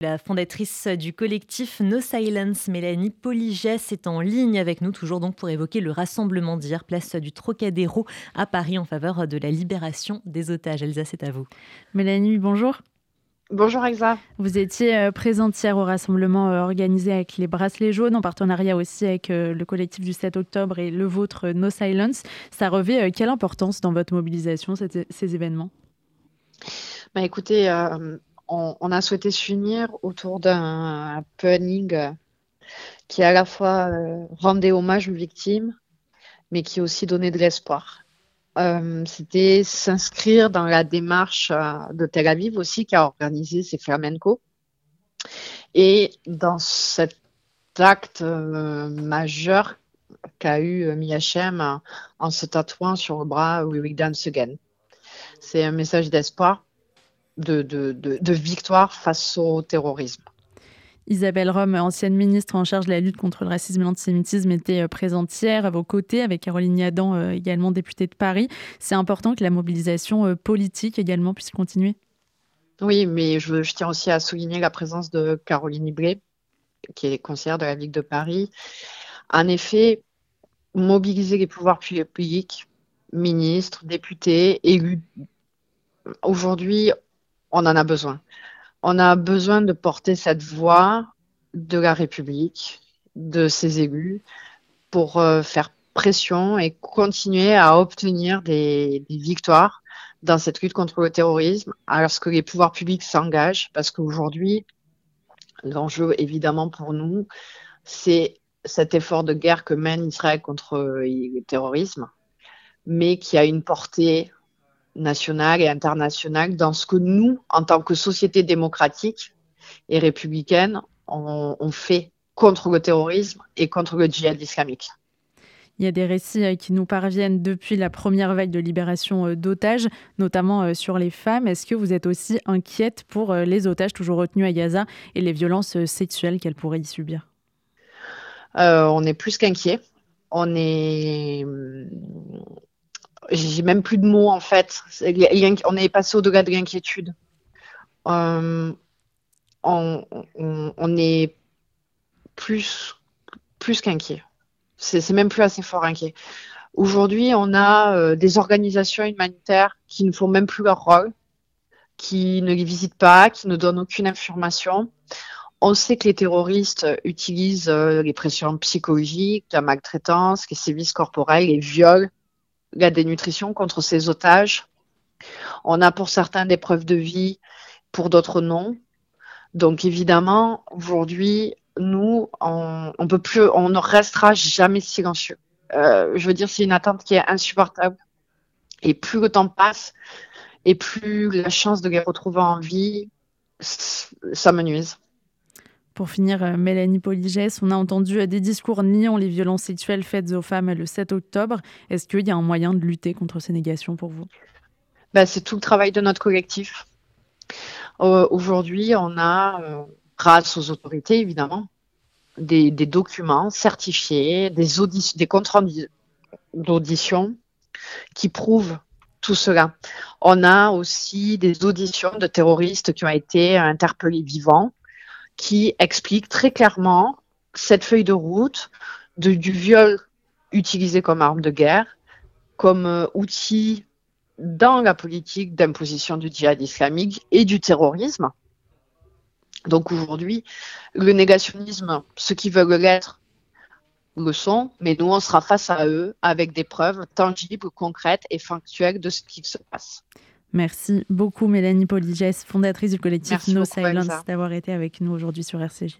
La fondatrice du collectif No Silence, Mélanie Poligès, est en ligne avec nous, toujours donc pour évoquer le rassemblement d'hier, place du Trocadéro à Paris, en faveur de la libération des otages. Elsa, c'est à vous. Mélanie, bonjour. Bonjour Elsa. Vous étiez présente hier au rassemblement organisé avec les Bracelets Jaunes, en partenariat aussi avec le collectif du 7 octobre et le vôtre No Silence. Ça revêt quelle importance dans votre mobilisation, ces événements? Écoutez, on a souhaité s'unir autour d'un planning qui à la fois rendait hommage aux victimes, mais qui aussi donnait de l'espoir. C'était s'inscrire dans la démarche de Tel Aviv aussi, qui a organisé ces flamencos. Et dans cet acte majeur qu'a eu Miachem en se tatouant sur le bras We Will Dance Again. C'est un message d'espoir, de victoire face au terrorisme. Isabelle Rome, ancienne ministre en charge de la lutte contre le racisme et l'antisémitisme, était présente hier à vos côtés, avec Caroline Yadan, également députée de Paris. C'est important que la mobilisation politique également puisse continuer. Oui, mais je tiens aussi à souligner la présence de Caroline Iblé, qui est conseillère de la ville de Paris. En effet, mobiliser les pouvoirs publics, ministres, députés, élus, aujourd'hui, on en a besoin. On a besoin de porter cette voix de la République, de ses élus, pour faire pression et continuer à obtenir des victoires dans cette lutte contre le terrorisme, alors que les pouvoirs publics s'engagent, parce qu'aujourd'hui, l'enjeu évidemment pour nous, c'est cet effort de guerre que mène Israël contre le terrorisme, mais qui a une portée nationale et internationale dans ce que nous, en tant que société démocratique et républicaine, on fait contre le terrorisme et contre le djihad islamique. Il y a des récits qui nous parviennent depuis la première vague de libération d'otages, notamment sur les femmes. Est-ce que vous êtes aussi inquiète pour les otages toujours retenus à Gaza et les violences sexuelles qu'elles pourraient y subir? On est plus qu'inquiet. On est... J'ai même plus de mots en fait. On est passé au-delà de l'inquiétude. Euh, on est plus qu'inquiet. C'est même plus assez fort inquiet. Aujourd'hui, on a des organisations humanitaires qui ne font même plus leur rôle, qui ne les visitent pas, qui ne donnent aucune information. On sait que les terroristes utilisent les pressions psychologiques, la maltraitance, les sévices corporels, les viols, la dénutrition contre ces otages. On a pour certains des preuves de vie, pour d'autres non. Donc évidemment, aujourd'hui, nous, on peut plus, on ne restera jamais silencieux. Je veux dire, c'est une attente qui est insupportable. Et plus le temps passe, et plus la chance de les retrouver en vie, ça me nuise. Pour finir, Mélanie Poligès, on a entendu des discours niant les violences sexuelles faites aux femmes le 7 octobre. Est-ce qu'il y a un moyen de lutter contre ces négations pour vous? C'est tout le travail de notre collectif. Aujourd'hui, on a, grâce aux autorités évidemment, des documents certifiés, des comptes rendus d'audition qui prouvent tout cela. On a aussi des auditions de terroristes qui ont été interpellés vivants, qui expliquent très clairement cette feuille de route du viol utilisé comme arme de guerre, comme outil dans la politique d'imposition du djihad islamique et du terrorisme. Donc aujourd'hui, le négationnisme, ceux qui veulent l'être, le sont, mais nous, on sera face à eux avec des preuves tangibles, concrètes et factuelles de ce qui se passe. Merci beaucoup Mélanie Poligès, fondatrice du collectif Merci No beaucoup, Silence, Elsa. d'avoir été avec nous aujourd'hui sur RCJ.